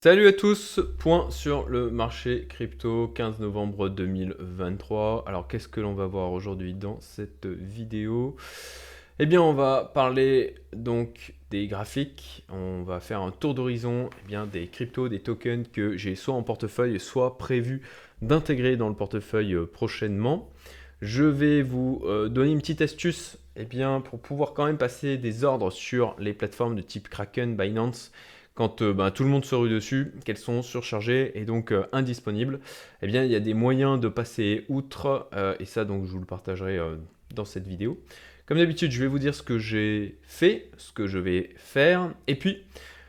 Salut à tous, point sur le marché crypto 15 novembre 2023. Alors qu'est-ce que l'on va voir aujourd'hui dans cette vidéo? Eh bien on va parler donc des graphiques, on va faire un tour d'horizon des cryptos, des tokens que j'ai soit en portefeuille, soit prévu d'intégrer dans le portefeuille prochainement. Je vais vous donner une petite astuce pour pouvoir quand même passer des ordres sur les plateformes de type Kraken, Binance, quand tout le monde se rue dessus, qu'elles sont surchargées et donc indisponibles. Eh bien, il y a des moyens de passer outre, et ça, donc, je vous le partagerai dans cette vidéo. Comme d'habitude, je vais vous dire ce que j'ai fait, ce que je vais faire, et puis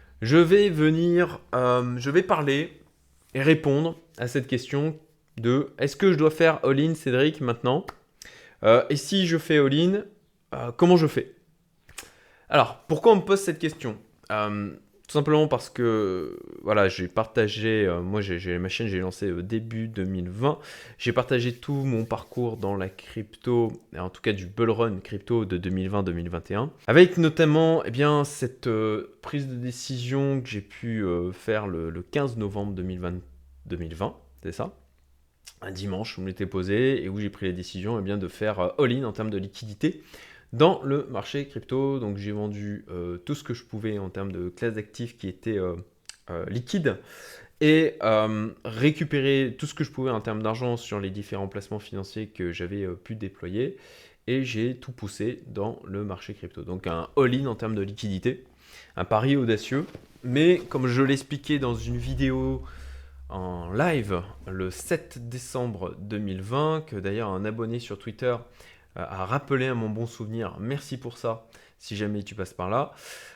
je vais parler et répondre à cette question de est-ce que je dois faire all-in, Cédric, maintenant? Et si je fais all-in, comment je fais? Alors, pourquoi on me pose cette question? Tout simplement parce que voilà, j'ai partagé, ma chaîne, j'ai lancé début 2020. J'ai partagé tout mon parcours dans la crypto, en tout cas du bull run crypto de 2020-2021, avec notamment cette prise de décision que j'ai pu faire le 15 novembre 2020, c'est ça, un dimanche, où je m'étais posé et où j'ai pris la décision de faire all-in en termes de liquidité dans le marché crypto. Donc j'ai vendu tout ce que je pouvais en termes de classe d'actifs qui étaient liquides et récupérer tout ce que je pouvais en termes d'argent sur les différents placements financiers que j'avais pu déployer. Et j'ai tout poussé dans le marché crypto. Donc un all-in en termes de liquidité, un pari audacieux. Mais comme je l'expliquais dans une vidéo en live le 7 décembre 2020, que d'ailleurs un abonné sur Twitter a rappelé à mon bon souvenir, merci pour ça, si jamais tu passes par là,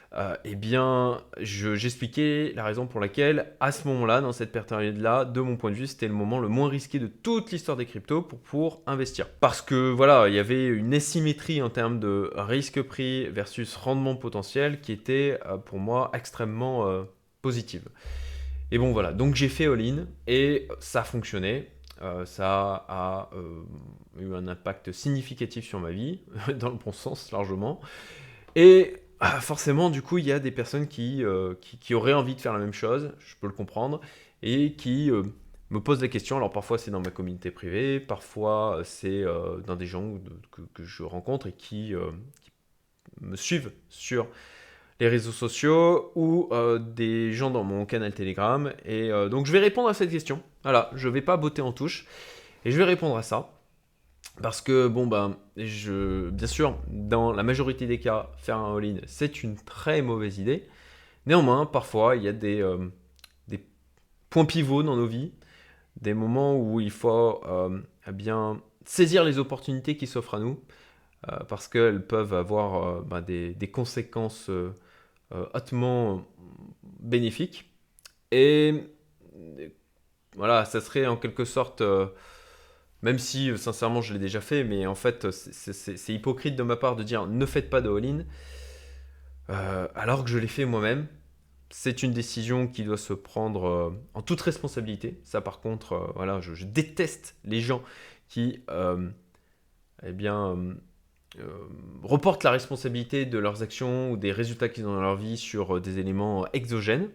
j'expliquais la raison pour laquelle, à ce moment-là, dans cette période-là, de mon point de vue, c'était le moment le moins risqué de toute l'histoire des cryptos pour investir. Parce que voilà, il y avait une asymétrie en termes de risque-prix versus rendement potentiel qui était pour moi extrêmement positive. Et bon voilà, donc j'ai fait all-in et ça a fonctionné. Ça a eu un impact significatif sur ma vie, dans le bon sens largement. Et forcément, du coup, il y a des personnes qui auraient envie de faire la même chose, je peux le comprendre, et qui me posent des questions. Alors parfois c'est dans ma communauté privée, parfois c'est dans des gens que je rencontre et qui me suivent sur les réseaux sociaux ou des gens dans mon canal Telegram. Et donc je vais répondre à cette question. Voilà, je vais pas botter en touche et je vais répondre à ça. Parce que, bien sûr, dans la majorité des cas, faire un all-in, c'est une très mauvaise idée. Néanmoins, parfois, il y a des points pivots dans nos vies, des moments où il faut saisir les opportunités qui s'offrent à nous, parce qu'elles peuvent avoir des conséquences hautement bénéfique. Et voilà, ça serait en quelque sorte, même si sincèrement je l'ai déjà fait, mais en fait c'est hypocrite de ma part de dire ne faites pas de all-in, alors que je l'ai fait moi-même. C'est une décision qui doit se prendre en toute responsabilité. Ça par contre, voilà, je déteste les gens qui eh bien, reportent la responsabilité de leurs actions ou des résultats qu'ils ont dans leur vie sur des éléments exogènes.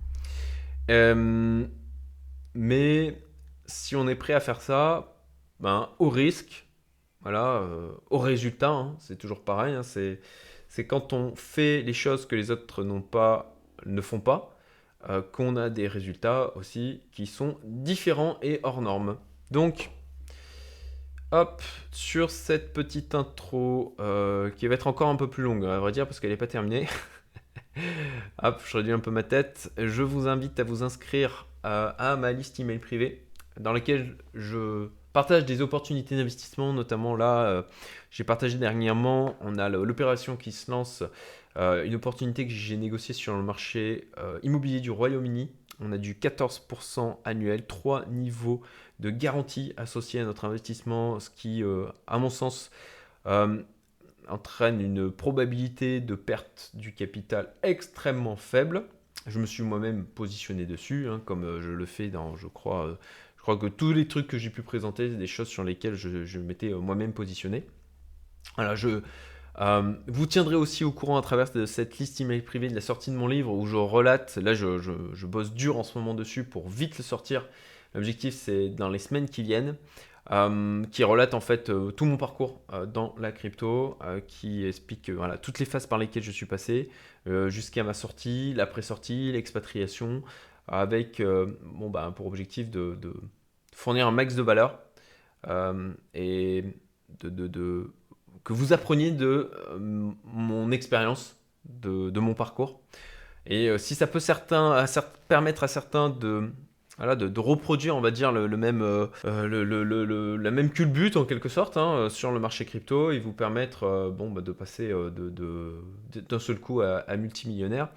Euh, mais si on est prêt à faire ça, au risque, voilà, au résultat, hein, c'est toujours pareil. Hein, c'est quand on fait les choses que les autres ne font pas, qu'on a des résultats aussi qui sont différents et hors normes. Donc, hop, sur cette petite intro qui va être encore un peu plus longue, à vrai dire, parce qu'elle n'est pas terminée. Hop, je réduis un peu ma tête. Je vous invite à vous inscrire à ma liste email privée dans laquelle je partage des opportunités d'investissement. Notamment là, j'ai partagé dernièrement, on a l'opération qui se lance, une opportunité que j'ai négociée sur le marché immobilier du Royaume-Uni. On a du 14% annuel, 3 niveaux de garantie associés à notre investissement, ce qui, à mon sens, euh, entraîne une probabilité de perte du capital extrêmement faible. Je me suis moi-même positionné dessus, hein, comme je le fais dans, je crois que tous les trucs que j'ai pu présenter, c'est des choses sur lesquelles je m'étais moi-même positionné. Voilà, Vous tiendrez aussi au courant à travers de cette liste email privée de la sortie de mon livre où je relate, là je bosse dur en ce moment dessus pour vite le sortir. L'objectif c'est dans les semaines qui viennent, qui relate en fait tout mon parcours dans la crypto, qui explique voilà, toutes les phases par lesquelles je suis passé, jusqu'à ma sortie, l'après-sortie, l'expatriation, avec pour objectif de fournir un max de valeur et de que vous appreniez de mon expérience, de mon parcours. Et si ça peut permettre à certains voilà, de reproduire, on va dire, le même, la même culbute en quelque sorte hein, sur le marché crypto et vous permettre de passer d'un seul coup à multimillionnaire,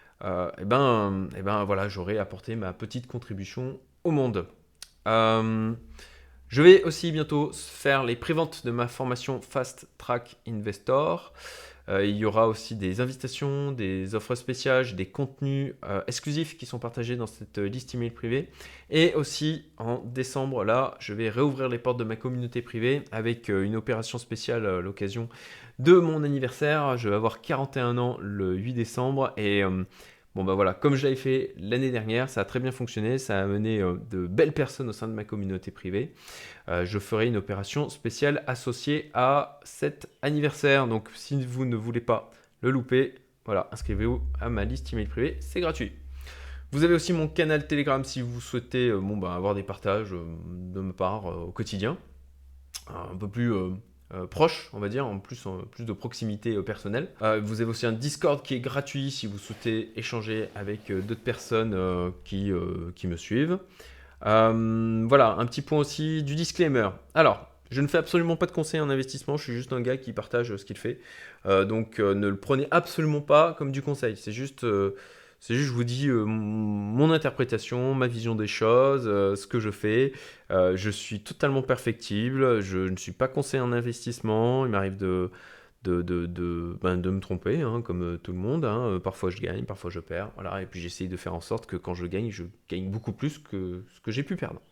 voilà, j'aurais apporté ma petite contribution au monde. Je vais aussi bientôt faire les préventes de ma formation Fast Track Investor. Il y aura aussi des invitations, des offres spéciales, des contenus exclusifs qui sont partagés dans cette liste email privée. Et aussi en décembre, là, je vais réouvrir les portes de ma communauté privée avec une opération spéciale à l'occasion de mon anniversaire. Je vais avoir 41 ans le 8 décembre et voilà, comme je l'avais fait l'année dernière, ça a très bien fonctionné, ça a amené de belles personnes au sein de ma communauté privée. Je ferai une opération spéciale associée à cet anniversaire. Donc si vous ne voulez pas le louper, voilà, inscrivez-vous à ma liste email privée, c'est gratuit. Vous avez aussi mon canal Telegram si vous souhaitez avoir des partages de ma part au quotidien, un peu plus proche, on va dire, en plus de proximité personnelle. Vous avez aussi un Discord qui est gratuit si vous souhaitez échanger avec d'autres personnes qui me suivent. Voilà, un petit point aussi du disclaimer. Alors, je ne fais absolument pas de conseils en investissement, je suis juste un gars qui partage ce qu'il fait. Donc, ne le prenez absolument pas comme du conseil. C'est juste, je vous dis mon interprétation, ma vision des choses, ce que je fais. Je suis totalement perfectible, je ne suis pas conseiller en investissement. Il m'arrive de me tromper, hein, comme tout le monde. Hein. Parfois je gagne, parfois je perds. Voilà. Et puis j'essaye de faire en sorte que quand je gagne beaucoup plus que ce que j'ai pu perdre.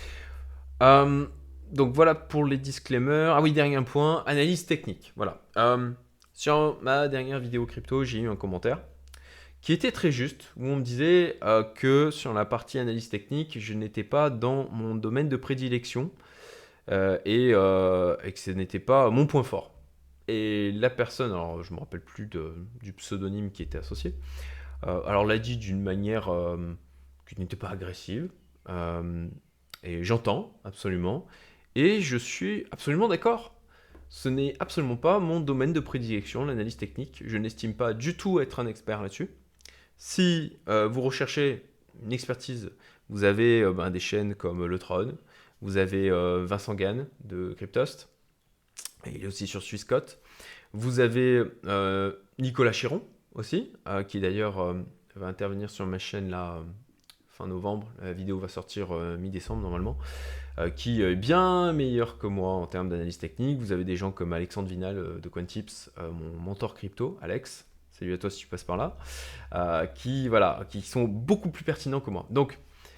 Donc voilà pour les disclaimers. Ah oui, dernier point, analyse technique. Voilà. Sur ma dernière vidéo crypto, j'ai eu un commentaire qui était très juste, où on me disait que sur la partie analyse technique, je n'étais pas dans mon domaine de prédilection et que ce n'était pas mon point fort. Et la personne, alors je ne me rappelle plus du pseudonyme qui était associé, alors l'a dit d'une manière qui n'était pas agressive, et j'entends absolument, et je suis absolument d'accord. Ce n'est absolument pas mon domaine de prédilection, l'analyse technique. Je n'estime pas du tout être un expert là-dessus. Si vous recherchez une expertise, vous avez des chaînes comme Le Trône, vous avez Vincent Gann de Cryptost, et il est aussi sur Swissquote. Vous avez Nicolas Chiron aussi, qui d'ailleurs va intervenir sur ma chaîne là fin novembre. La vidéo va sortir mi-décembre normalement, qui est bien meilleur que moi en termes d'analyse technique. Vous avez des gens comme Alexandre Vinal de Cointips, mon mentor crypto, Alex. Salut à toi si tu passes par là, qui sont beaucoup plus pertinents que moi. Donc,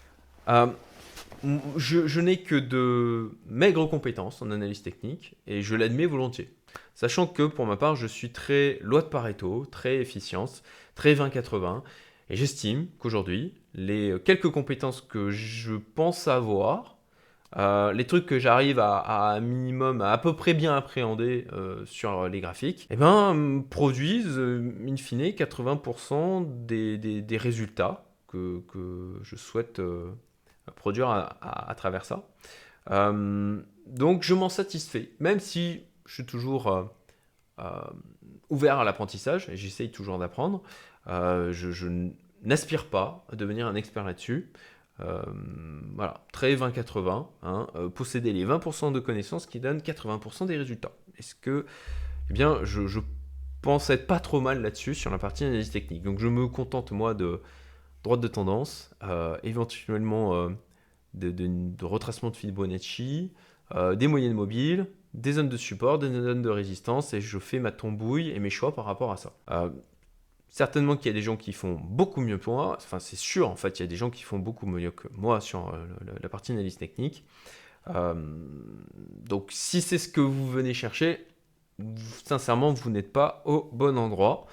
je n'ai que de maigres compétences en analyse technique et je l'admets volontiers. Sachant que pour ma part, je suis très loi de Pareto, très efficience, très 20-80. Et j'estime qu'aujourd'hui, les quelques compétences que je pense avoir, les trucs que j'arrive à un minimum, à peu près bien appréhender sur les graphiques, produisent in fine 80% des résultats que je souhaite produire à travers ça. Donc je m'en satisfais, même si je suis toujours ouvert à l'apprentissage et j'essaye toujours d'apprendre. Je n'aspire pas à devenir un expert là-dessus. Voilà, très 20-80, hein, posséder les 20% de connaissances qui donnent 80% des résultats. Est-ce que, je pense être pas trop mal là-dessus sur la partie analyse technique. Donc je me contente moi de droite de tendance, éventuellement de retracement de Fibonacci, des moyennes mobiles, des zones de support, des zones de résistance, et je fais ma tambouille et mes choix par rapport à ça. Certainement qu'il y a des gens qui font beaucoup mieux que moi, enfin c'est sûr en fait, il y a des gens qui font beaucoup mieux que moi sur la partie analyse technique. Donc si c'est ce que vous venez chercher, sincèrement, vous n'êtes pas au bon endroit.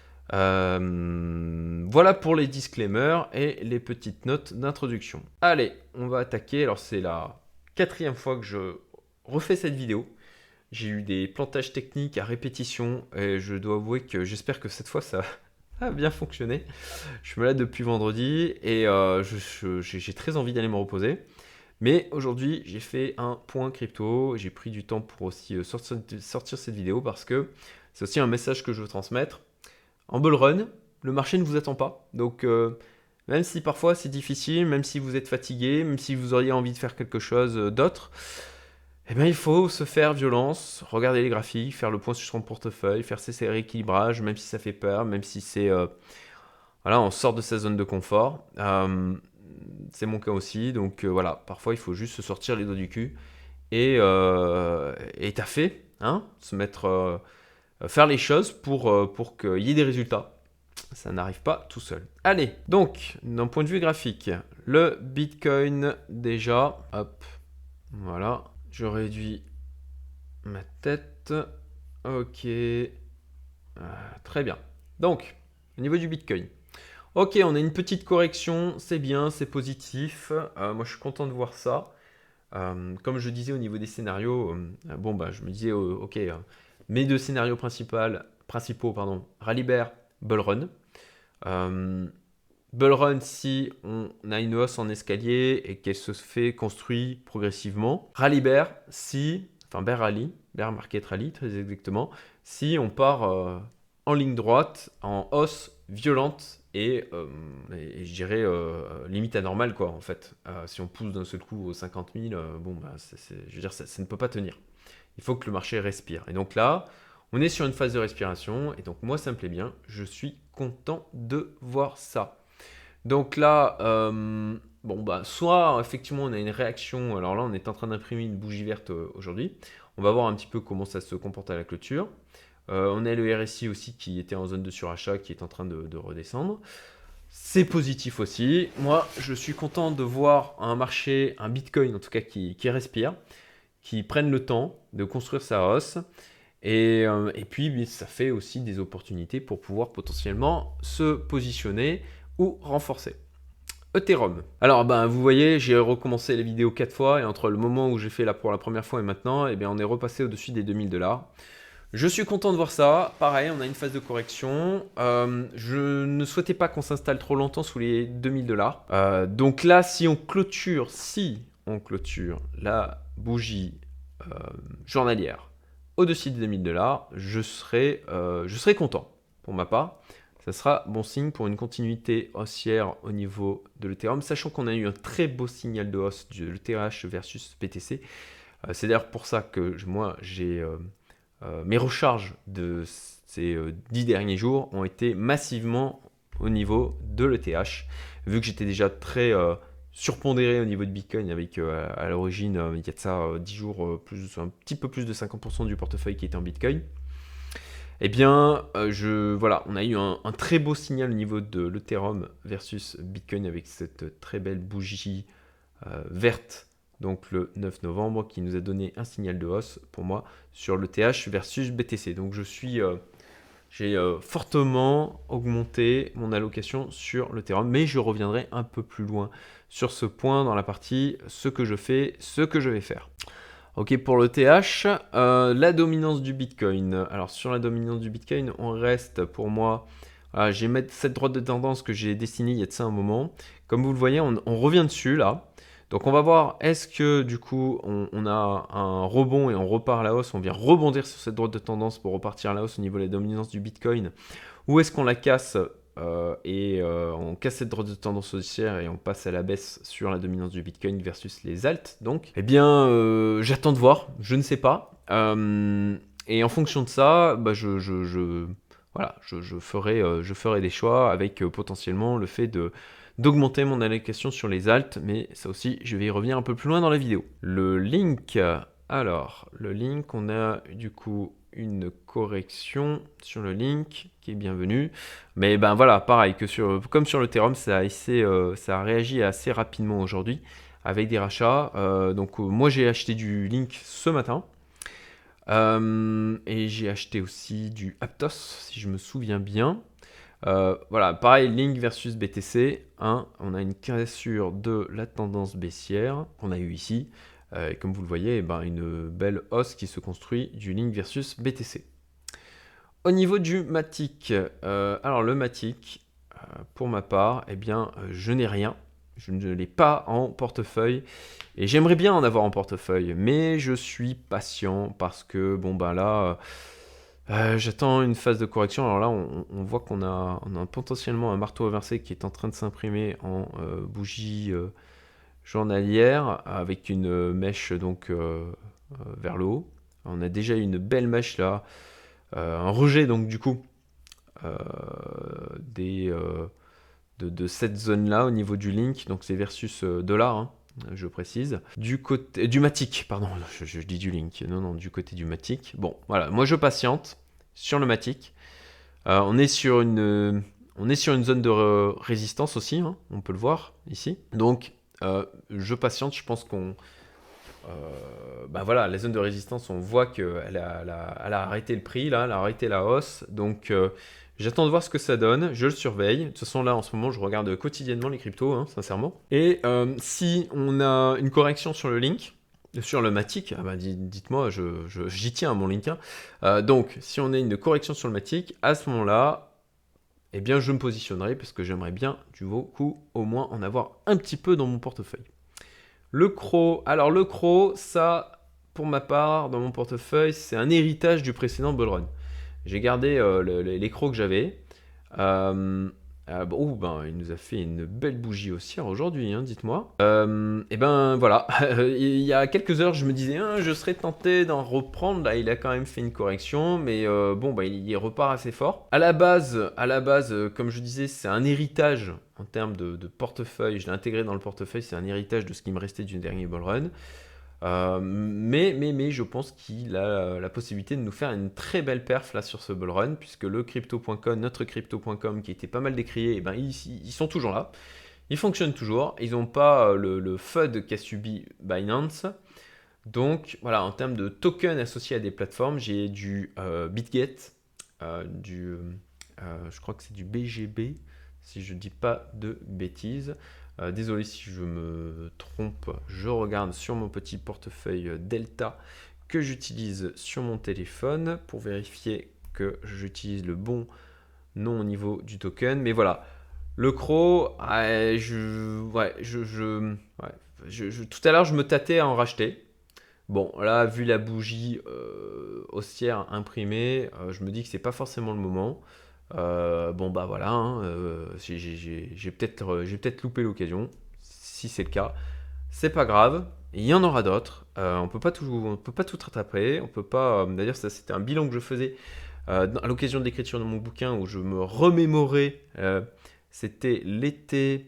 Voilà pour les disclaimers et les petites notes d'introduction. Allez, on va attaquer. Alors c'est la 4e fois que je refais cette vidéo. J'ai eu des plantages techniques à répétition et je dois avouer que j'espère que cette fois ça a bien fonctionné. Je suis malade depuis vendredi et j'ai très envie d'aller me reposer. Mais aujourd'hui, j'ai fait un point crypto. J'ai pris du temps pour aussi sortir cette vidéo parce que c'est aussi un message que je veux transmettre. En bull run, le marché ne vous attend pas. Donc, même si parfois c'est difficile, même si vous êtes fatigué, même si vous auriez envie de faire quelque chose d'autre, eh bien, il faut se faire violence, regarder les graphiques, faire le point sur son portefeuille, faire ses rééquilibrages, même si ça fait peur, même si c'est... voilà, on sort de sa zone de confort. C'est mon cas aussi. Donc, voilà, parfois, il faut juste se sortir les doigts du cul et taffer, hein, se mettre... faire les choses pour qu'il y ait des résultats. Ça n'arrive pas tout seul. Allez, donc, d'un point de vue graphique, le Bitcoin déjà, hop, voilà, je réduis ma tête, ok, très bien. Donc, au niveau du Bitcoin, ok, on a une petite correction, c'est bien, c'est positif, moi je suis content de voir ça. Comme je disais au niveau des scénarios, bon bah je me disais, ok, mes 2 scénarios principaux, Rally Bear, Bull Run. Bull Run si on a une hausse en escalier et qu'elle se fait construire progressivement. Rally Bear si, enfin Bear Rally, Bear Market Rally très exactement, si on part en ligne droite, en hausse violente et je dirais limite anormale quoi en fait. Si on pousse d'un seul coup aux 50 000, bon bah je veux dire ça ne peut pas tenir. Il faut que le marché respire. Et donc là, on est sur une phase de respiration et donc moi ça me plaît bien. Je suis content de voir ça. Donc là, bon bah soit effectivement on a une réaction. Alors là, on est en train d'imprimer une bougie verte aujourd'hui. On va voir un petit peu comment ça se comporte à la clôture. On a le RSI aussi qui était en zone de surachat, qui est en train de redescendre. C'est positif aussi. Moi, je suis content de voir un marché, un Bitcoin en tout cas, qui respire, qui prenne le temps de construire sa hausse. Et puis, ça fait aussi des opportunités pour pouvoir potentiellement se positionner ou renforcer. Ethereum. Alors, vous voyez, j'ai recommencé la vidéo 4 fois et entre le moment où j'ai fait pour la première fois et maintenant, eh bien, on est repassé au-dessus des 2000$. Je suis content de voir ça. Pareil, on a une phase de correction. Je ne souhaitais pas qu'on s'installe trop longtemps sous les 2000$. Donc là, si on clôture la bougie journalière au-dessus des 2000$, je serai content pour ma part. Ça sera bon signe pour une continuité haussière au niveau de l'Ethereum, sachant qu'on a eu un très beau signal de hausse de l'ETH versus BTC. C'est d'ailleurs pour ça que moi, j'ai mes recharges de ces 10 derniers jours ont été massivement au niveau de l'ETH, vu que j'étais déjà très surpondéré au niveau de Bitcoin avec à l'origine, il y a de ça 10 jours, un petit peu plus de 50% du portefeuille qui était en Bitcoin. Eh bien, voilà, on a eu un très beau signal au niveau de l'Ethereum versus Bitcoin avec cette très belle bougie verte, donc le 9 novembre, qui nous a donné un signal de hausse pour moi sur l'ETH versus BTC. Donc j'ai fortement augmenté mon allocation sur l'Ethereum, mais je reviendrai un peu plus loin sur ce point dans la partie ce que je fais, ce que je vais faire. Ok, pour l'ETH, la dominance du Bitcoin. Alors sur la dominance du Bitcoin, on reste pour moi, j'ai mis cette droite de tendance que j'ai dessinée il y a de ça un moment. Comme vous le voyez, on revient dessus là. Donc on va voir, est-ce que du coup on a un rebond et on repart à la hausse, on vient rebondir sur cette droite de tendance pour repartir à la hausse au niveau de la dominance du Bitcoin, ou est-ce qu'on la casse on casse cette droite de tendance haussière et on passe à la baisse sur la dominance du Bitcoin versus les alts. Donc, eh bien, j'attends de voir, je ne sais pas. Et en fonction de ça, je ferai des choix avec potentiellement le fait d'augmenter mon allocation sur les alts, mais ça aussi, je vais y revenir un peu plus loin dans la vidéo. Le link, on a du coup une correction sur le link qui est bienvenue. Mais voilà, pareil, comme sur l'Ethereum, ça a réagi assez rapidement aujourd'hui avec des rachats. Donc moi j'ai acheté du link ce matin. Et j'ai acheté aussi du Aptos, si je me souviens bien. Voilà, pareil, Link versus BTC. Hein, on a une cassure de la tendance baissière qu'on a eu ici. Et comme vous le voyez, une belle hausse qui se construit du Link versus BTC. Au niveau du Matic, alors le Matic, pour ma part, je n'ai rien. Je ne l'ai pas en portefeuille et j'aimerais bien en avoir en portefeuille, mais je suis patient parce que j'attends une phase de correction. Alors là, on voit qu'on a potentiellement un marteau inversé qui est en train de s'imprimer en bougie journalière avec une mèche donc vers le haut. On a déjà une belle mèche là, un rejet donc du coup de cette zone là au niveau du link, donc c'est versus dollar, hein, je précise, du côté du Matic, pardon, je dis du link, non, du côté du Matic. Bon, voilà, moi je patiente sur le Matic. On est sur une zone de résistance aussi, hein, on peut le voir ici. Donc je patiente, je pense qu'on voilà, la zone de résistance, on voit qu'elle a arrêté le prix, là, elle a arrêté la hausse. Donc, j'attends de voir ce que ça donne. Je le surveille. De toute façon, là, en ce moment, je regarde quotidiennement les cryptos, hein, sincèrement. Et si on a une correction sur le link, sur le Matic, dites-moi, j'y tiens à mon link. Hein. Donc, si on a une correction sur le Matic, à ce moment-là, je me positionnerai parce que j'aimerais bien, du coup, au moins en avoir un petit peu dans mon portefeuille. Le CRO, alors le CRO, ça, pour ma part, dans mon portefeuille, c'est un héritage du précédent bull run. J'ai gardé les CRO que j'avais. Il nous a fait une belle bougie haussière aujourd'hui, hein, dites-moi. Voilà, il y a quelques heures, je me disais, je serais tenté d'en reprendre. Là, il a quand même fait une correction, mais il repart assez fort. À la base, comme je disais, c'est un héritage en termes de portefeuille. Je l'ai intégré dans le portefeuille, c'est un héritage de ce qui me restait du dernier bull run. Mais je pense qu'il a la possibilité de nous faire une très belle perf là sur ce bull run, puisque le crypto.com, notre crypto.com qui était pas mal décrié, ils sont toujours là. Ils fonctionnent toujours. Ils n'ont pas le FUD qu'a subi Binance. Donc voilà, en termes de tokens associés à des plateformes, j'ai du BitGet, je crois que c'est du BGB, si je ne dis pas de bêtises. Désolé si je me trompe, je regarde sur mon petit portefeuille Delta que j'utilise sur mon téléphone pour vérifier que j'utilise le bon nom au niveau du token. Mais voilà, le CRO, tout à l'heure je me tâtais à en racheter. Bon, là, vu la bougie haussière imprimée, je me dis que c'est pas forcément le moment. Voilà, hein, j'ai peut-être loupé l'occasion. Si c'est le cas, c'est pas grave. Il y en aura d'autres. On peut pas tout rattraper. On peut pas. D'ailleurs, ça c'était un bilan que je faisais à l'occasion de l'écriture de mon bouquin où je me remémorais. C'était l'été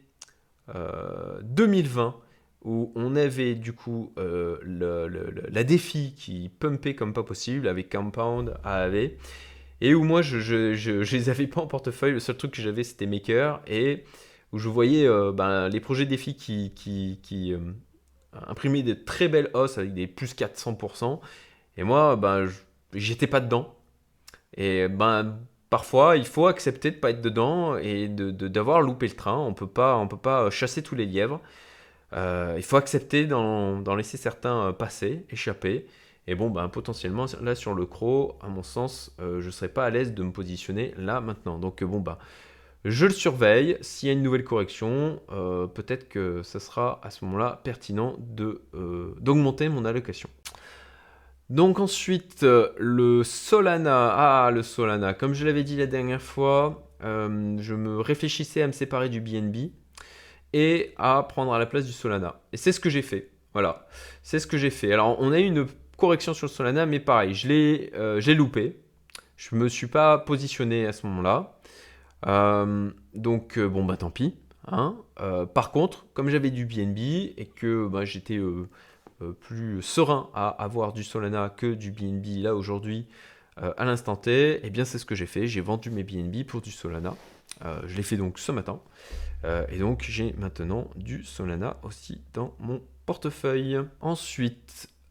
2020 où on avait du coup la défi qui pumpait comme pas possible avec Compound, AAV. Et où moi, je les avais pas en portefeuille. Le seul truc que j'avais, c'était Maker. Et où je voyais les projets défis qui imprimaient de très belles hausses avec des plus 400%. Et moi, j'étais pas dedans. Et parfois, il faut accepter de pas être dedans et d'avoir loupé le train. On peut pas chasser tous les lièvres. Il faut accepter d'en laisser certains passer, échapper. Et potentiellement, là sur le CRO, à mon sens, je ne serais pas à l'aise de me positionner là maintenant. Donc je le surveille. S'il y a une nouvelle correction, peut-être que ça sera à ce moment-là pertinent d'augmenter mon allocation. Donc ensuite, le Solana. Ah, le Solana. Comme je l'avais dit la dernière fois, je me réfléchissais à me séparer du BNB et à prendre à la place du Solana. Et c'est ce que j'ai fait. Voilà, c'est ce que j'ai fait. Alors, on a eu une correction sur le Solana, mais pareil, j'ai loupé. Je ne me suis pas positionné à ce moment-là. Tant pis. Hein. Par contre, comme j'avais du BNB et que j'étais plus serein à avoir du Solana que du BNB là aujourd'hui, à l'instant T, c'est ce que j'ai fait. J'ai vendu mes BNB pour du Solana. Je l'ai fait donc ce matin. Et donc j'ai maintenant du Solana aussi dans mon portefeuille. Ensuite,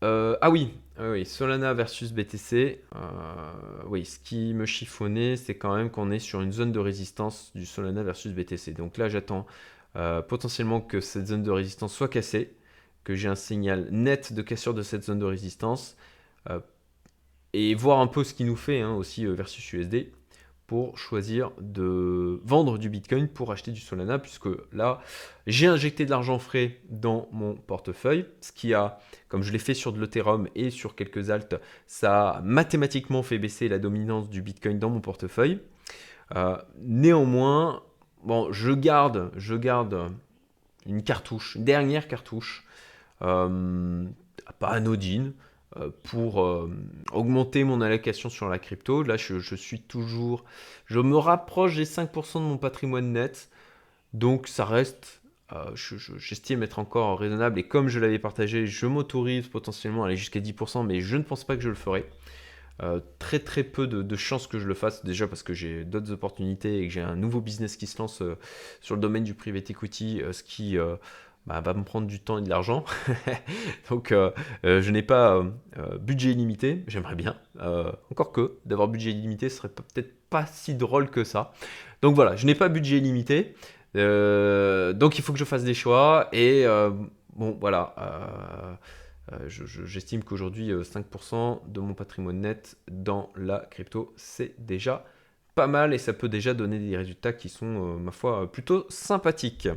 Ah oui, oui, Solana versus BTC. Oui, ce qui me chiffonnait, c'est quand même qu'on est sur une zone de résistance du Solana versus BTC. Donc là, j'attends potentiellement que cette zone de résistance soit cassée, que j'ai un signal net de cassure de cette zone de résistance, euh, et voir un peu ce qu'il nous fait hein, aussi versus USD pour choisir de vendre du Bitcoin pour acheter du Solana, puisque là, j'ai injecté de l'argent frais dans mon portefeuille, ce qui a, comme je l'ai fait sur de l'Ethereum et sur quelques alts, ça a mathématiquement fait baisser la dominance du Bitcoin dans mon portefeuille. Néanmoins, bon, je garde une cartouche, une dernière cartouche, pas anodine, pour augmenter mon allocation sur la crypto. Là, je me rapproche des 5% de mon patrimoine net, donc ça reste, j'estime être encore raisonnable. Et comme je l'avais partagé, je m'autorise potentiellement à aller jusqu'à 10%, mais je ne pense pas que je le ferai. Très très peu de chances que je le fasse, déjà parce que j'ai d'autres opportunités et que j'ai un nouveau business qui se lance sur le domaine du private equity, ce qui va me prendre du temps et de l'argent. Donc je n'ai pas budget illimité, j'aimerais bien. Encore que d'avoir budget illimité, ce serait peut-être pas si drôle que ça. Donc voilà, je n'ai pas budget illimité. Donc il faut que je fasse des choix. Et bon voilà. J'estime qu'aujourd'hui 5% de mon patrimoine net dans la crypto, c'est déjà pas mal et ça peut déjà donner des résultats qui sont, ma foi, plutôt sympathiques.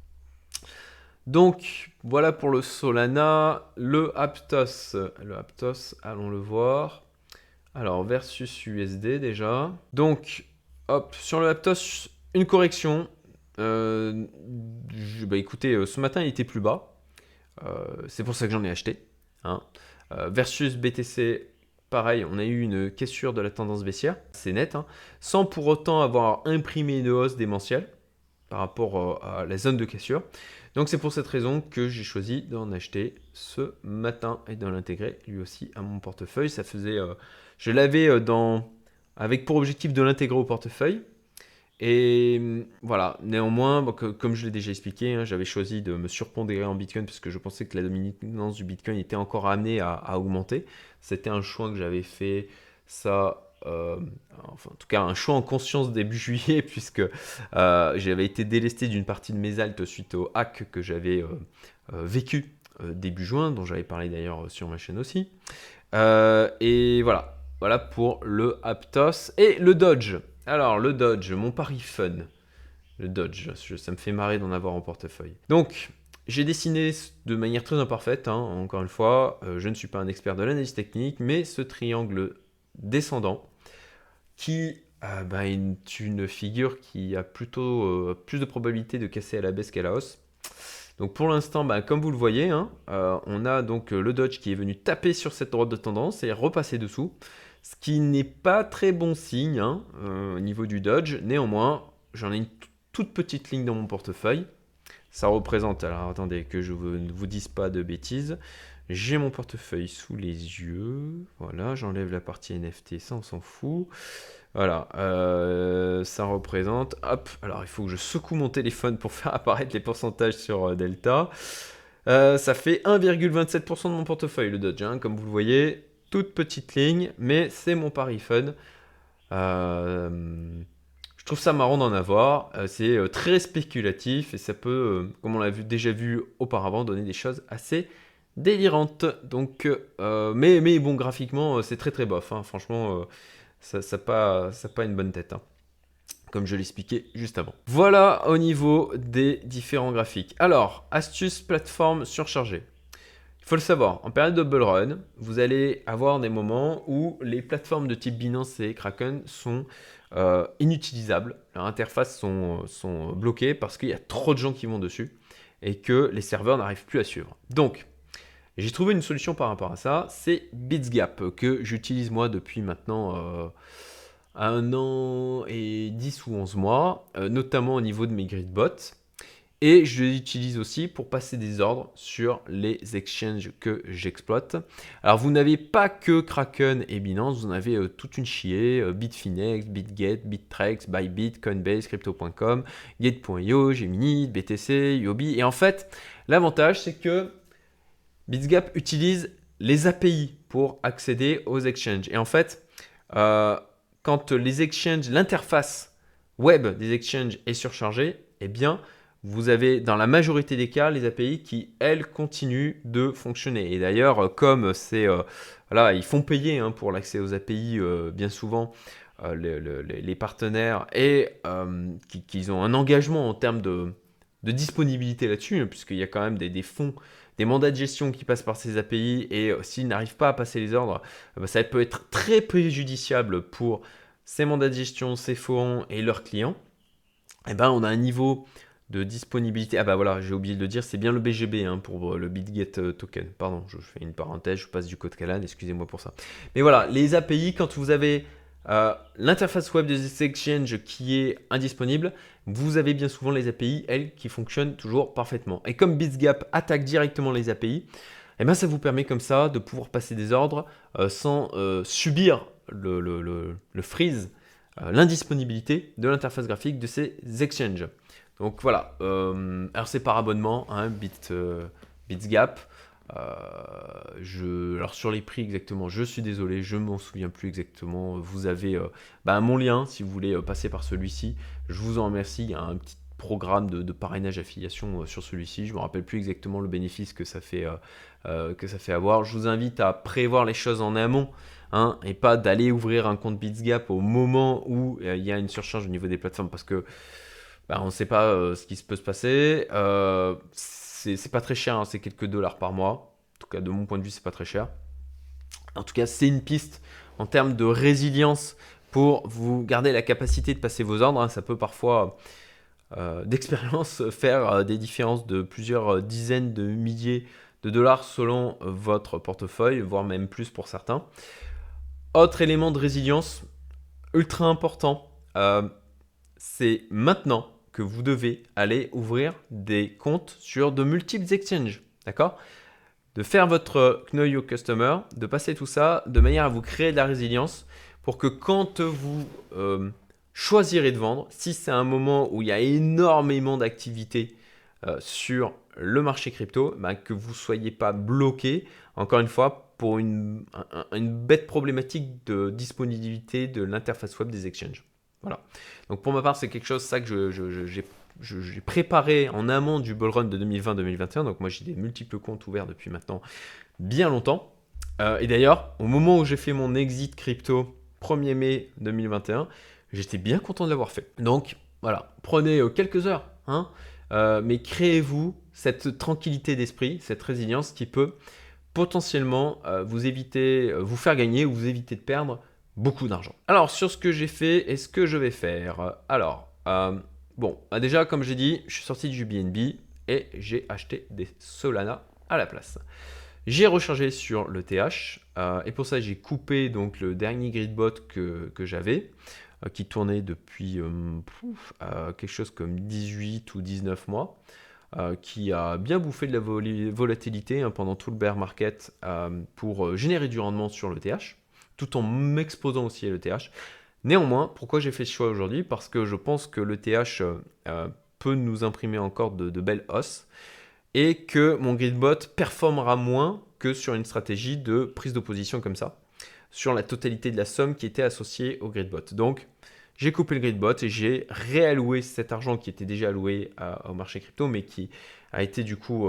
Donc voilà pour le Solana. Le Aptos, allons le voir. Alors versus USD déjà. Donc hop, sur le Aptos, une correction. Écoutez, ce matin il était plus bas. C'est pour ça que j'en ai acheté. Hein. Versus BTC, pareil, on a eu une cassure de la tendance baissière, c'est net, hein, sans pour autant avoir imprimé une hausse démentielle par rapport à la zone de cassure. Donc c'est pour cette raison que j'ai choisi d'en acheter ce matin et de l'intégrer lui aussi à mon portefeuille. Ça faisait, je l'avais avec pour objectif de l'intégrer au portefeuille. Et voilà, néanmoins, comme je l'ai déjà expliqué, hein, j'avais choisi de me surpondérer en Bitcoin parce que je pensais que la dominance du Bitcoin était encore amenée à augmenter. C'était un choix que j'avais fait, enfin en tout cas un choix en conscience début juillet puisque j'avais été délesté d'une partie de mes alts suite au hack que j'avais vécu début juin, dont j'avais parlé d'ailleurs sur ma chaîne aussi. Et voilà pour le Aptos et le Dodge. Alors, le Dodge, mon pari fun. Le Dodge, ça me fait marrer d'en avoir en portefeuille. Donc, j'ai dessiné de manière très imparfaite, hein, encore une fois, je ne suis pas un expert de l'analyse technique, mais ce triangle descendant, qui est une figure qui a plutôt plus de probabilité de casser à la baisse qu'à la hausse. Donc pour l'instant, comme vous le voyez, hein, on a donc le Dodge qui est venu taper sur cette droite de tendance et repasser dessous. Ce qui n'est pas très bon signe hein, au niveau du Dodge. Néanmoins, j'en ai une toute petite ligne dans mon portefeuille. Ça représente, alors attendez que je ne vous dise pas de bêtises. J'ai mon portefeuille sous les yeux. Voilà, j'enlève la partie NFT, ça on s'en fout. Voilà, ça représente, hop, alors il faut que je secoue mon téléphone pour faire apparaître les pourcentages sur Delta. Ça fait 1,27% de mon portefeuille, le Dodge, hein, comme vous le voyez. Toute petite ligne, mais c'est mon pari fun. Je trouve ça marrant d'en avoir. C'est très spéculatif et ça peut, comme on l'a déjà vu auparavant, donner des choses assez délirantes. Donc, mais bon, graphiquement, c'est très très bof. Hein. Franchement, ça n'a pas une bonne tête. Hein. Comme je l'expliquais juste avant. Voilà au niveau des différents graphiques. Alors, astuce plateforme surchargée. Il faut le savoir, en période de bull run, vous allez avoir des moments où les plateformes de type Binance et Kraken sont inutilisables. Leurs interfaces sont bloquées parce qu'il y a trop de gens qui vont dessus et que les serveurs n'arrivent plus à suivre. Donc, j'ai trouvé une solution par rapport à ça, c'est BitsGap que j'utilise moi depuis maintenant 1 an et 10 ou 11 mois, notamment au niveau de mes gridbots. Et je l'utilise aussi pour passer des ordres sur les exchanges que j'exploite. Alors vous n'avez pas que Kraken et Binance, vous en avez toute une chier, Bitfinex, Bitget, Bittrex, Bybit, Coinbase, Crypto.com, Gate.io, Gemini, BTC, Yobi. Et en fait, l'avantage c'est que BitsGap utilise les API pour accéder aux exchanges. Et en fait, quand les exchanges, l'interface web des exchanges est surchargée, eh bien, vous avez dans la majorité des cas les API qui, elles, continuent de fonctionner. Et d'ailleurs, comme c'est, voilà, ils font payer pour l'accès aux API bien souvent les partenaires et qu'ils ont un engagement en termes de disponibilité là-dessus, puisqu'il y a quand même des fonds, des mandats de gestion qui passent par ces API et s'ils n'arrivent pas à passer les ordres, ça peut être très préjudiciable pour ces mandats de gestion, ces fonds et leurs clients. Et ben, on a un niveau de disponibilité. Ah bah voilà, j'ai oublié de le dire, c'est bien le BGB pour le BitGet token. Pardon, je fais une parenthèse, je passe du code Calan, excusez-moi pour ça. Mais voilà, les API, quand vous avez l'interface web des exchanges qui est indisponible, vous avez bien souvent les API, elles, qui fonctionnent toujours parfaitement. Et comme BitsGap attaque directement les API, eh ben ça vous permet comme ça de pouvoir passer des ordres sans subir le freeze, l'indisponibilité de l'interface graphique de ces exchanges. Donc voilà, alors c'est par abonnement, BitsGap. Alors sur les prix exactement, je suis désolé, je m'en souviens plus exactement. Vous avez mon lien si vous voulez passer par celui-ci. Je vous en remercie. Il y a un petit programme de parrainage affiliation sur celui-ci. Je ne me rappelle plus exactement le bénéfice que ça fait avoir. Je vous invite à prévoir les choses en amont. Et pas d'aller ouvrir un compte BitsGap au moment où il y a une surcharge au niveau des plateformes parce que on ne sait pas ce qui peut se passer. C'est pas très cher, c'est quelques dollars par mois. En tout cas, de mon point de vue, c'est pas très cher. En tout cas, c'est une piste en termes de résilience pour vous garder la capacité de passer vos ordres. Ça peut parfois, d'expérience, faire des différences de plusieurs dizaines de milliers de dollars selon votre portefeuille, voire même plus pour certains. Autre élément de résilience ultra important, c'est maintenant que vous devez aller ouvrir des comptes sur de multiples exchanges, d'accord ? De faire votre Know Your Customer, de passer tout ça de manière à vous créer de la résilience pour que quand vous choisirez de vendre, si c'est un moment où il y a énormément d'activité sur le marché crypto, que vous ne soyez pas bloqué, encore une fois, pour une bête problématique de disponibilité de l'interface web des exchanges. Voilà. Donc pour ma part, c'est quelque chose ça que j'ai préparé en amont du bull run de 2020-2021. Donc moi, j'ai des multiples comptes ouverts depuis maintenant bien longtemps. Et d'ailleurs, au moment où j'ai fait mon exit crypto 1er mai 2021, j'étais bien content de l'avoir fait. Donc voilà, prenez quelques heures, mais créez-vous cette tranquillité d'esprit, cette résilience qui peut potentiellement vous faire gagner ou vous éviter de perdre beaucoup d'argent. Alors, sur ce que j'ai fait et ce que je vais faire. Alors, déjà, comme j'ai dit, je suis sorti du BNB et j'ai acheté des Solana à la place. J'ai rechargé sur le TH et pour ça, j'ai coupé donc le dernier gridbot que j'avais qui tournait depuis quelque chose comme 18 ou 19 mois. Qui a bien bouffé de la volatilité pendant tout le bear market pour générer du rendement sur le TH, tout en m'exposant aussi à l'ETH. Néanmoins, pourquoi j'ai fait ce choix aujourd'hui ? Parce que je pense que l'ETH peut nous imprimer encore de belles hausses et que mon gridbot performera moins que sur une stratégie de prise d'opposition comme ça, sur la totalité de la somme qui était associée au gridbot. Donc, j'ai coupé le gridbot et j'ai réalloué cet argent qui était déjà alloué au marché crypto, mais qui a été du coup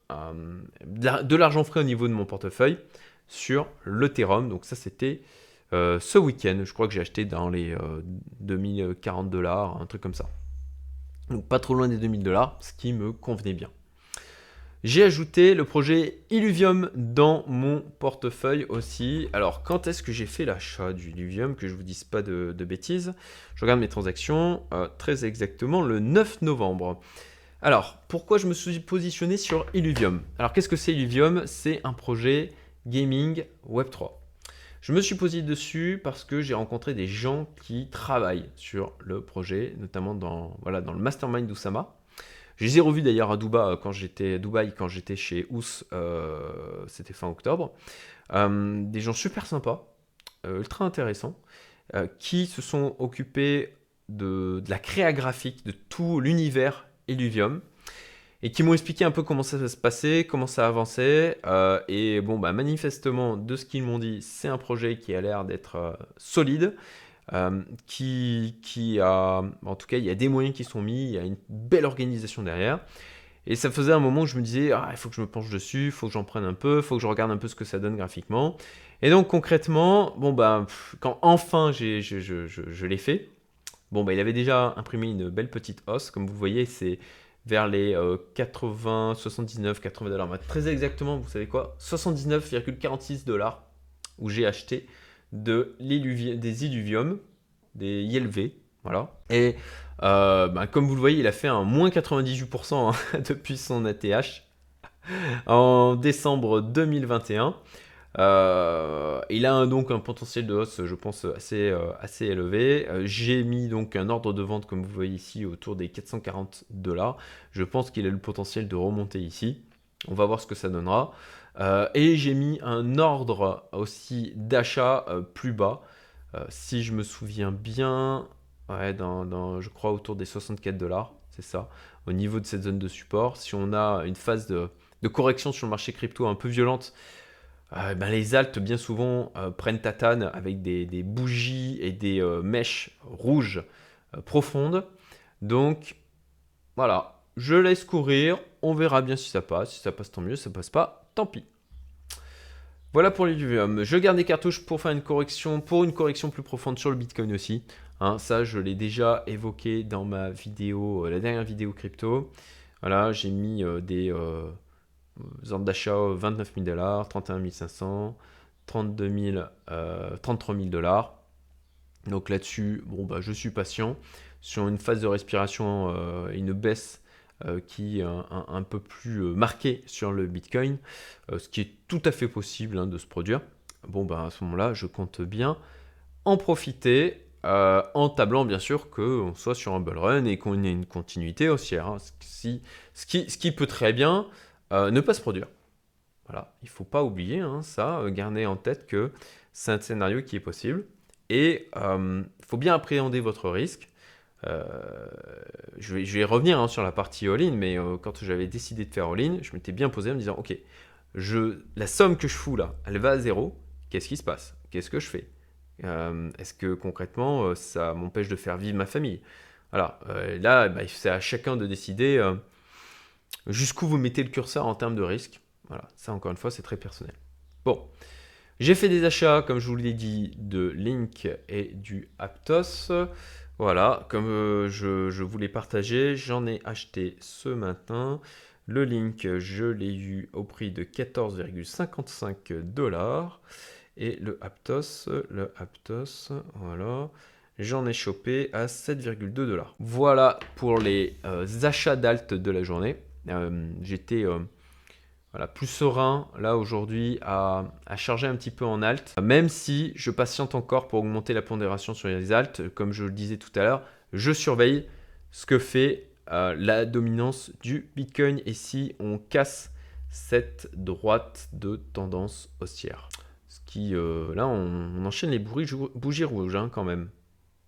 de l'argent frais au niveau de mon portefeuille sur l'Ethereum. Donc ça, c'était ce week-end. Je crois que j'ai acheté dans les 2040 $, un truc comme ça. Donc pas trop loin des 2000 $, ce qui me convenait bien. J'ai ajouté le projet Illuvium dans mon portefeuille aussi. Alors, quand est-ce que j'ai fait l'achat du Illuvium ? Que je ne vous dise pas de bêtises. Je regarde mes transactions, très exactement le 9 novembre. Alors, pourquoi je me suis positionné sur Illuvium ? Alors, qu'est-ce que c'est Illuvium ? C'est un projet gaming Web3. Je me suis posé dessus parce que j'ai rencontré des gens qui travaillent sur le projet, notamment dans le mastermind d'Oussama. Je les ai revus d'ailleurs à Dubaï quand j'étais chez Ous, c'était fin octobre. Des gens super sympas, ultra intéressants, qui se sont occupés de la créa graphique de tout l'univers Illuvium. et qui m'ont expliqué un peu comment ça se passait, comment ça avançait. Et bon, bah, manifestement, de ce qu'ils m'ont dit, c'est un projet qui a l'air d'être solide, qui a, en tout cas, il y a des moyens qui sont mis, il y a une belle organisation derrière. Et ça faisait un moment où je me disais, ah, il faut que je me penche dessus, il faut que j'en prenne un peu, il faut que je regarde un peu ce que ça donne graphiquement. Et donc concrètement, bon bah, quand enfin je l'ai fait, bon bah, il avait déjà imprimé une belle petite hausse, comme vous le voyez, c'est vers les 80, 79, 80 dollars. Très exactement, vous savez quoi, 79,46 dollars où j'ai acheté des Illuvium, des ILV, voilà. Et comme vous le voyez, il a fait un moins 98% hein, depuis son ATH en décembre 2021. Il a donc un potentiel de hausse, je pense, assez élevé. J'ai mis donc un ordre de vente, comme vous voyez ici, autour des 440 dollars. Je pense qu'il a le potentiel de remonter ici. On va voir ce que ça donnera. Et j'ai mis un ordre aussi d'achat plus bas. Si je me souviens bien, ouais, je crois autour des 64 dollars, c'est ça, au niveau de cette zone de support. Si on a une phase de correction sur le marché crypto un peu violente, les alts bien souvent prennent tatane avec des bougies et des mèches rouges profondes. Donc voilà, je laisse courir, on verra bien si ça passe. Si ça passe, tant mieux, si ça passe pas, tant pis. Voilà pour l'Illuvium. Je garde des cartouches pour faire une correction plus profonde sur le Bitcoin aussi. Hein, ça, je l'ai déjà évoqué dans ma vidéo, la dernière vidéo crypto. Voilà, j'ai mis des ordres d'achat 29 000 dollars, 31 500, 32 000, 33 000 dollars. Donc là-dessus, bon, bah, je suis patient. Sur une phase de respiration, une baisse qui est un peu plus marquée sur le Bitcoin, ce qui est tout à fait possible hein, de se produire. Bon, bah, à ce moment-là, je compte bien en profiter en tablant bien sûr qu'on soit sur un bull run et qu'on ait une continuité haussière. Hein, ce qui peut très bien ne pas se produire. Voilà, il ne faut pas oublier hein, ça, gardez en tête que c'est un scénario qui est possible. Et il faut bien appréhender votre risque. Je vais revenir hein, sur la partie all-in, mais quand j'avais décidé de faire all-in, je m'étais bien posé en me disant, ok, la somme que je fous là, elle va à zéro, qu'est-ce qui se passe? Qu'est-ce que je fais? Est-ce que concrètement, ça m'empêche de faire vivre ma famille? Voilà, là, bah, c'est à chacun de décider jusqu'où vous mettez le curseur en termes de risque. Voilà, ça encore une fois, c'est très personnel. Bon, j'ai fait des achats, comme je vous l'ai dit, de Link et du Aptos. Voilà, comme je vous l'ai partagé, j'en ai acheté ce matin. Le Link, je l'ai eu au prix de 14,55 dollars. Et le Aptos, voilà, j'en ai chopé à 7,2 dollars. Voilà pour les achats d'alt de la journée. J'étais voilà, plus serein là aujourd'hui à charger un petit peu en alt, même si je patiente encore pour augmenter la pondération sur les alts. Comme je le disais tout à l'heure, je surveille ce que fait la dominance du Bitcoin et si on casse cette droite de tendance haussière. Ce qui, là, on enchaîne les bougies rouges hein, quand même.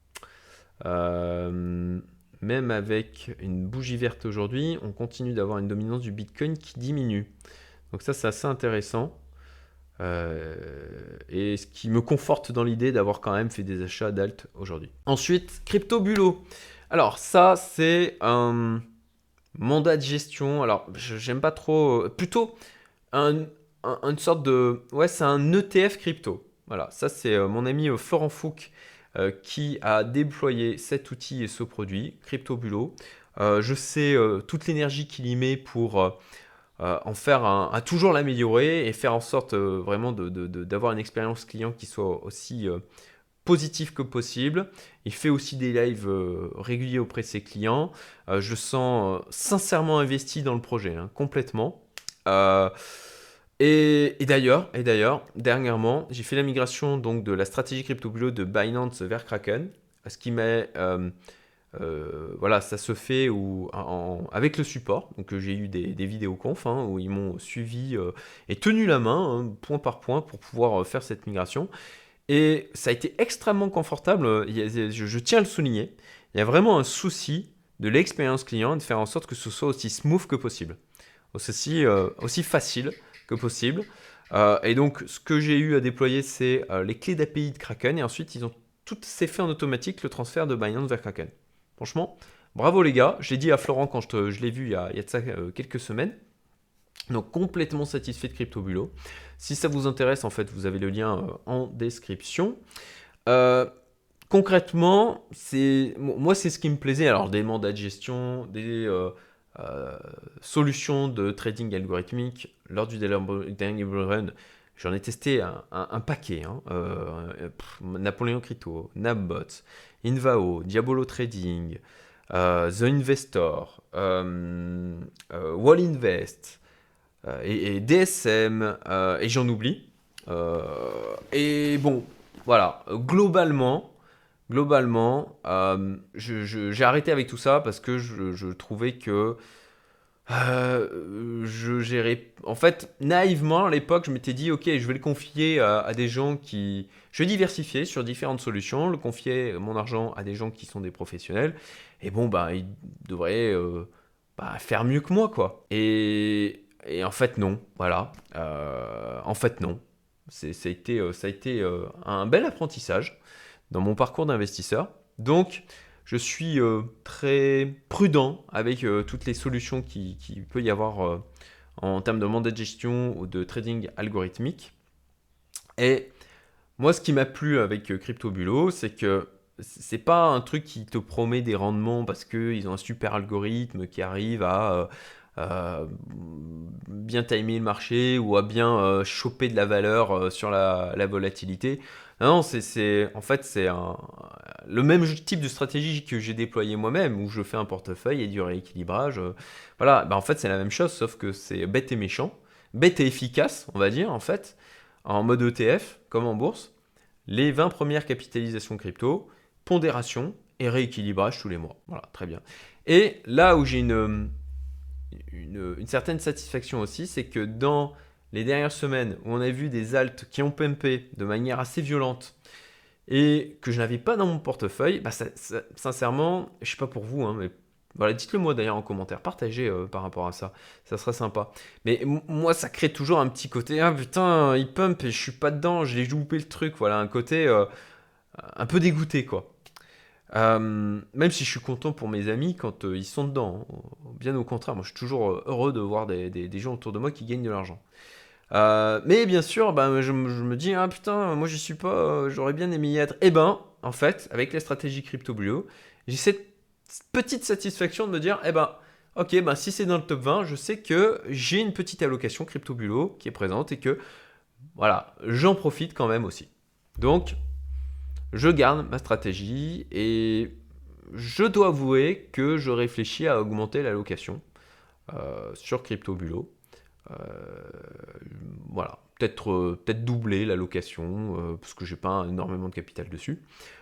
Même avec une bougie verte aujourd'hui, on continue d'avoir une dominance du Bitcoin qui diminue. Donc ça, c'est assez intéressant. Et ce qui me conforte dans l'idée d'avoir quand même fait des achats d'alt aujourd'hui. Ensuite, Crypto Bulo. Alors ça, c'est un mandat de gestion. Alors, j'aime pas trop... plutôt une sorte de... Ouais, c'est un ETF crypto. Voilà, ça c'est mon ami Florent Fouque qui a déployé cet outil et ce produit, CryptoBulo. Je sais toute l'énergie qu'il y met pour en faire à toujours l'améliorer et faire en sorte vraiment d'avoir une expérience client qui soit aussi positive que possible. Il fait aussi des lives réguliers auprès de ses clients. Je sens sincèrement investi dans le projet, hein, complètement. Et d'ailleurs, dernièrement, j'ai fait la migration donc, de la stratégie CryptoBulo de Binance vers Kraken. Ce qui met, voilà, ça se fait avec le support. Donc j'ai eu des vidéoconf hein, où ils m'ont suivi et tenu la main, hein, point par point, pour pouvoir faire cette migration. Et ça a été extrêmement confortable. Je tiens à le souligner. Il y a vraiment un souci de l'expérience client et de faire en sorte que ce soit aussi smooth que possible, aussi facile que possible. Et donc, ce que j'ai eu à déployer, c'est les clés d'API de Kraken, et ensuite, ils ont tout s'est fait en automatique le transfert de Binance vers Kraken. Franchement, bravo les gars. Je l'ai dit à Florent quand je l'ai vu il y a de ça quelques semaines. Donc, complètement satisfait de CryptoBulo. Si ça vous intéresse, en fait, vous avez le lien en description. Concrètement, moi, c'est ce qui me plaisait. Alors, des mandats de gestion, des solutions de trading algorithmique. Lors du dernier Bull Run, j'en ai testé un paquet. Napoléon Crypto, Napbot, Invao, Diabolo Trading, The Investor, Wall Invest et DSM, et j'en oublie. Et bon, voilà, globalement, j'ai arrêté avec tout ça parce que je trouvais que je gérais. En fait, naïvement, à l'époque, je m'étais dit, ok, je vais le confier à des gens qui. Je vais diversifier sur différentes solutions, le confier mon argent à des gens qui sont des professionnels. Et bon, bah, ils devraient faire mieux que moi, quoi. Et en fait, non. Voilà. En fait, non. Ça a été un bel apprentissage dans mon parcours d'investisseur. Donc, je suis très prudent avec toutes les solutions qu'il peut y avoir en termes de mandat de gestion ou de trading algorithmique. Et moi, ce qui m'a plu avec CryptoBulo, c'est que c'est pas un truc qui te promet des rendements parce qu'ils ont un super algorithme qui arrive à bien timer le marché ou à bien choper de la valeur sur la volatilité. Non, en fait, c'est le même type de stratégie que j'ai déployé moi-même, où je fais un portefeuille et du rééquilibrage. Voilà, en fait, c'est la même chose, sauf que c'est bête et méchant, bête et efficace, on va dire, en fait, en mode ETF, comme en bourse. Les 20 premières capitalisations crypto, pondération et rééquilibrage tous les mois. Voilà, très bien. Et là où j'ai une certaine satisfaction aussi, c'est que dans les dernières semaines où on a vu des alts qui ont pumpé de manière assez violente et que je n'avais pas dans mon portefeuille, sincèrement, je ne sais pas pour vous, mais voilà, dites-le moi d'ailleurs en commentaire, partagez par rapport à ça, ça serait sympa. Mais moi, ça crée toujours un petit côté, ah putain, il pump et je suis pas dedans, j'ai loupé le truc, voilà, un côté un peu dégoûté, quoi. Même si je suis content pour mes amis quand ils sont dedans, hein. Bien au contraire, moi je suis toujours heureux de voir des gens autour de moi qui gagnent de l'argent. Mais bien sûr, je me dis, ah putain, moi j'y suis pas, j'aurais bien aimé y être. Et en fait, avec la stratégie CryptoBulo, j'ai cette petite satisfaction de me dire, ok, si c'est dans le top 20, je sais que j'ai une petite allocation CryptoBulo qui est présente et que, voilà, j'en profite quand même aussi. Donc, je garde ma stratégie et je dois avouer que je réfléchis à augmenter l'allocation sur CryptoBulo. Voilà, peut-être doubler l'allocation parce que j'ai pas énormément de capital dessus.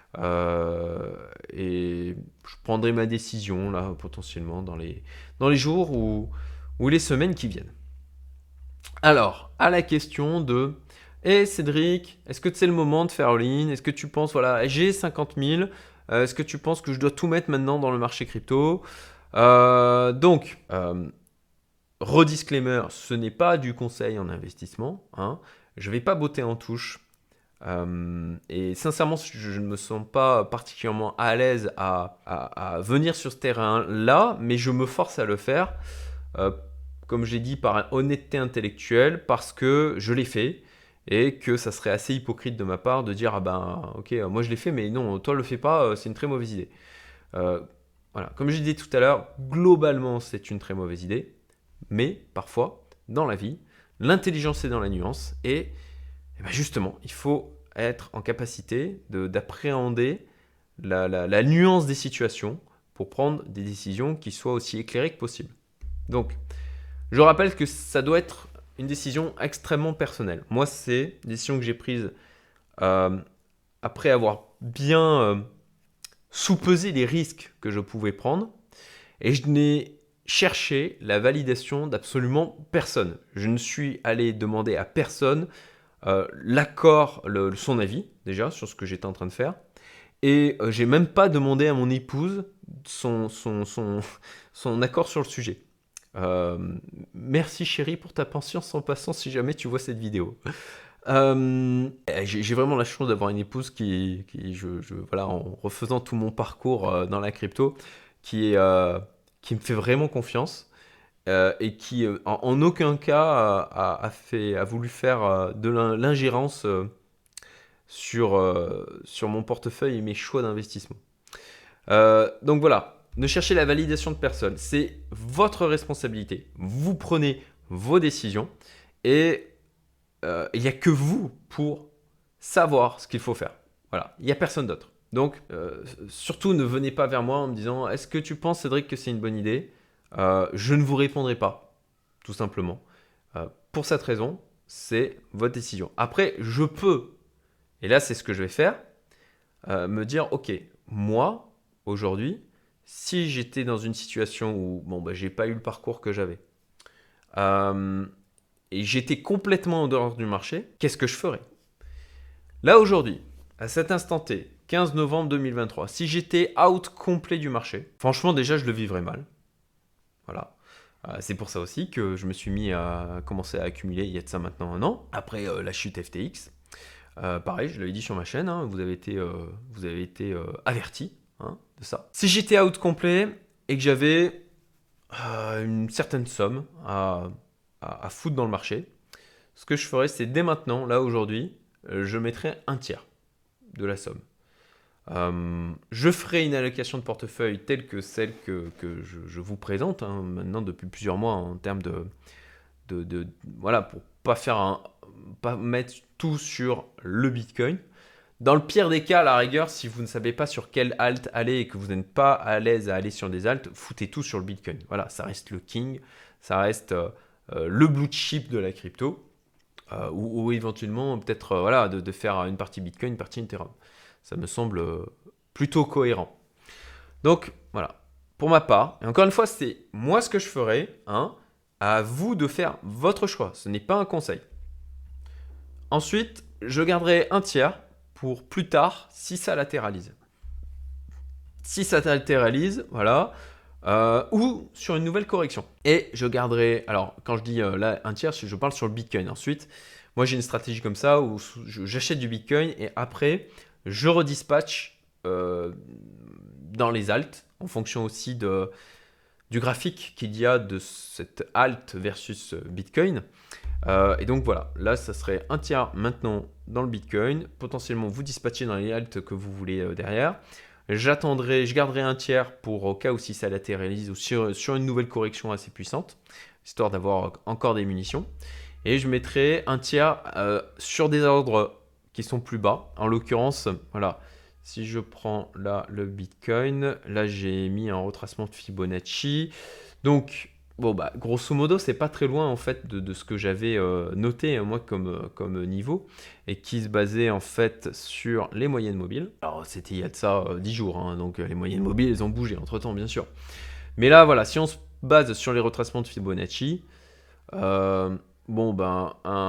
Et je prendrai ma décision là potentiellement dans les jours ou les semaines qui viennent. Alors, à la question de Cédric, est-ce que c'est le moment de faire all-in? Est-ce que tu penses, voilà, j'ai 50 000, est-ce que tu penses que je dois tout mettre maintenant dans le marché crypto? Donc, redisclaimer, ce n'est pas du conseil en investissement. Hein. Je ne vais pas botter en touche. Et sincèrement, je ne me sens pas particulièrement à l'aise à venir sur ce terrain-là, mais je me force à le faire. Comme j'ai dit, par honnêteté intellectuelle, parce que je l'ai fait et que ça serait assez hypocrite de ma part de dire ok, moi je l'ai fait, mais non, toi le fais pas, c'est une très mauvaise idée. Voilà, comme je disais tout à l'heure, globalement c'est une très mauvaise idée, mais parfois dans la vie, l'intelligence est dans la nuance et justement, il faut être en capacité d'appréhender la nuance des situations pour prendre des décisions qui soient aussi éclairées que possible. Donc, je rappelle que ça doit être une décision extrêmement personnelle. Moi, c'est une décision que j'ai prise après avoir bien sous-pesé les risques que je pouvais prendre. Et je n'ai cherché la validation d'absolument personne. Je ne suis allé demander à personne l'accord, son avis déjà sur ce que j'étais en train de faire. Et j'ai même pas demandé à mon épouse son accord sur le sujet. Euh, Merci chérie pour ta patience en passant si jamais tu vois cette vidéo. J'ai vraiment la chance d'avoir une épouse voilà, en refaisant tout mon parcours dans la crypto, qui me fait vraiment confiance et qui, en aucun cas, a voulu faire de l'ingérence sur mon portefeuille et mes choix d'investissement. Donc voilà, ne cherchez la validation de personne, c'est votre responsabilité. Vous prenez vos décisions et il n'y a que vous pour savoir ce qu'il faut faire. Voilà, il n'y a personne d'autre. Donc, surtout ne venez pas vers moi en me disant est-ce que tu penses, Cédric, que c'est une bonne idée? Je ne vous répondrai pas, tout simplement. Pour cette raison, c'est votre décision. Après, je peux, et là c'est ce que je vais faire, me dire ok, moi, aujourd'hui, si j'étais dans une situation où bon, bah, j'ai pas eu le parcours que j'avais, euh, et j'étais complètement en dehors du marché, qu'est-ce que je ferais? Là aujourd'hui, à cet instant T, 15 novembre 2023, si j'étais out complet du marché, franchement déjà je le vivrais mal. Voilà. C'est pour ça aussi que je me suis mis à commencer à accumuler il y a de ça maintenant un an, après la chute FTX. Pareil, je l'avais dit sur ma chaîne, hein, vous avez été avertis hein, de ça. Si j'étais out complet et que j'avais une certaine somme à foutre dans le marché, ce que je ferais, c'est dès maintenant, là aujourd'hui, je mettrais un tiers de la somme. Je ferai une allocation de portefeuille telle que celle que je vous présente hein, maintenant depuis plusieurs mois en termes voilà, pour pas mettre tout sur le Bitcoin. Dans le pire des cas, à la rigueur, si vous ne savez pas sur quelle alt aller et que vous n'êtes pas à l'aise à aller sur des alts, foutez tout sur le Bitcoin. Voilà, ça reste le king, ça reste le blue chip de la crypto. Ou éventuellement peut-être voilà, de faire une partie Bitcoin, une partie Ethereum. Ça me semble plutôt cohérent. Donc voilà, pour ma part, et encore une fois, c'est moi ce que je ferai, hein, à vous de faire votre choix, ce n'est pas un conseil. Ensuite, je garderai un tiers pour plus tard si ça latéralise. Si ça latéralise, voilà, ou sur une nouvelle correction. Et je garderai, alors quand je dis là un tiers, je parle sur le Bitcoin. Ensuite, moi j'ai une stratégie comme ça où j'achète du Bitcoin et après je redispatch dans les alts en fonction aussi du graphique qu'il y a de cette alt versus Bitcoin. Et donc voilà, là ça serait un tiers maintenant dans le Bitcoin. Potentiellement vous dispatchez dans les alts que vous voulez derrière. Je garderai un tiers pour au cas où si ça latéralise ou sur une nouvelle correction assez puissante, histoire d'avoir encore des munitions. Et je mettrai un tiers sur des ordres qui sont plus bas. En l'occurrence, voilà, si je prends là le Bitcoin, là j'ai mis un retracement de Fibonacci. Donc, bon, bah, grosso modo, c'est pas très loin en fait de ce que j'avais noté moi comme niveau et qui se basait en fait sur les moyennes mobiles. Alors, c'était il y a de ça 10 jours, hein, donc les moyennes mobiles, elles ont bougé entre temps, bien sûr. Mais là, voilà, si on se base sur les retracements de Fibonacci, bon, ben,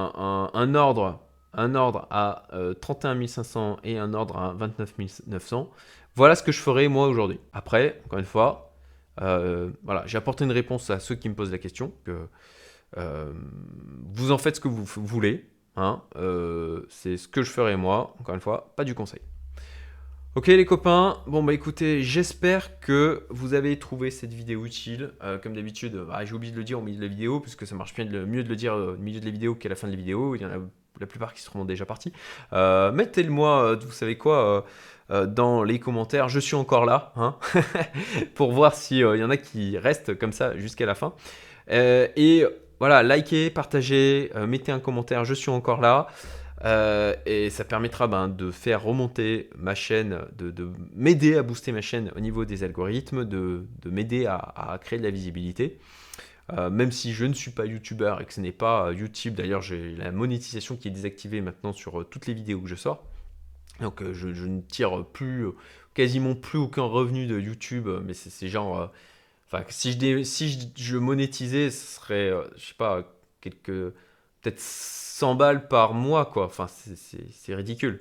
un ordre à 31 500 et un ordre à 29 900, voilà ce que je ferai moi aujourd'hui. Après, encore une fois, voilà, j'ai apporté une réponse à ceux qui me posent la question. Vous en faites ce que vous voulez. Hein, c'est ce que je ferai moi. Encore une fois, pas du conseil. Ok les copains, bon bah écoutez, j'espère que vous avez trouvé cette vidéo utile. Comme d'habitude, j'ai oublié de le dire au milieu de la vidéo, puisque ça marche bien mieux de le dire au milieu de la vidéo qu'à la fin de la vidéo. Il y en a la plupart qui seront déjà partis. Mettez-le-moi, vous savez quoi, dans les commentaires. Je suis encore là, hein, pour voir s'il y en a qui restent comme ça jusqu'à la fin. Et voilà, likez, partagez, mettez un commentaire, je suis encore là. Et ça permettra de faire remonter ma chaîne, de m'aider à booster ma chaîne au niveau des algorithmes, de m'aider à créer de la visibilité. Même si je ne suis pas youtubeur et que ce n'est pas YouTube, d'ailleurs j'ai la monétisation qui est désactivée maintenant sur toutes les vidéos que je sors. Donc je ne tire quasiment plus aucun revenu de YouTube, mais c'est genre... Enfin, si je monétisais, ce serait, je sais pas, peut-être 100 balles par mois, quoi. Enfin, c'est ridicule.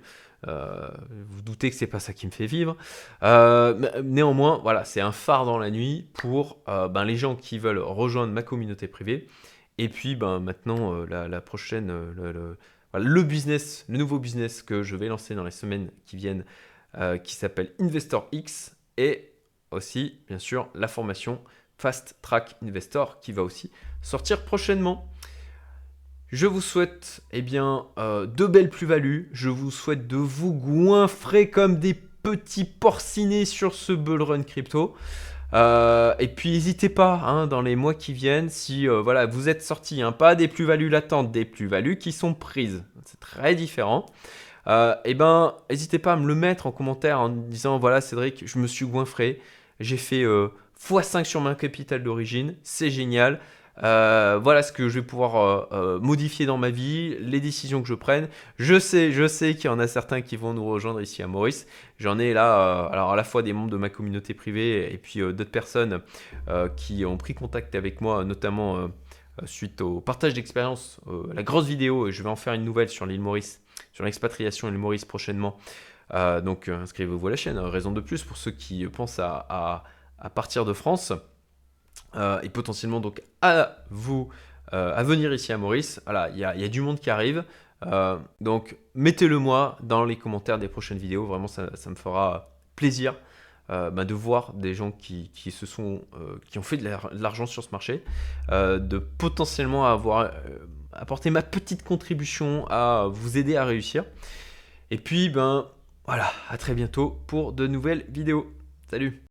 Vous doutez que c'est pas ça qui me fait vivre. Néanmoins, voilà, c'est un phare dans la nuit pour les gens qui veulent rejoindre ma communauté privée. Et puis maintenant, la prochaine, voilà, le business, le nouveau business que je vais lancer dans les semaines qui viennent, qui s'appelle Investor X, et aussi, bien sûr, la formation Fast Track Investor qui va aussi sortir prochainement. Je vous souhaite de belles plus-values. Je vous souhaite de vous goinfrer comme des petits porcinés sur ce bull run crypto. Et puis n'hésitez pas dans les mois qui viennent, si vous êtes sorti, pas des plus-values latentes, des plus-values qui sont prises. C'est très différent. N'hésitez pas à me le mettre en commentaire en disant voilà Cédric, je me suis goinfré, j'ai fait x5 sur mon capital d'origine, c'est génial. Voilà ce que je vais pouvoir modifier dans ma vie, les décisions que je prenne. Je sais qu'il y en a certains qui vont nous rejoindre ici à Maurice. J'en ai là, alors à la fois des membres de ma communauté privée et puis d'autres personnes qui ont pris contact avec moi, notamment suite au partage d'expérience, la grosse vidéo, et je vais en faire une nouvelle sur l'île Maurice, sur l'expatriation à l'île Maurice prochainement. Donc inscrivez-vous à la chaîne, raison de plus pour ceux qui pensent à partir de France. Et potentiellement donc à venir ici à Maurice. Voilà, il y a du monde qui arrive. Donc mettez-le moi dans les commentaires des prochaines vidéos. Vraiment, ça me fera plaisir de voir des gens qui ont fait de l'argent sur ce marché, de potentiellement avoir apporté ma petite contribution à vous aider à réussir. Et puis voilà, à très bientôt pour de nouvelles vidéos. Salut!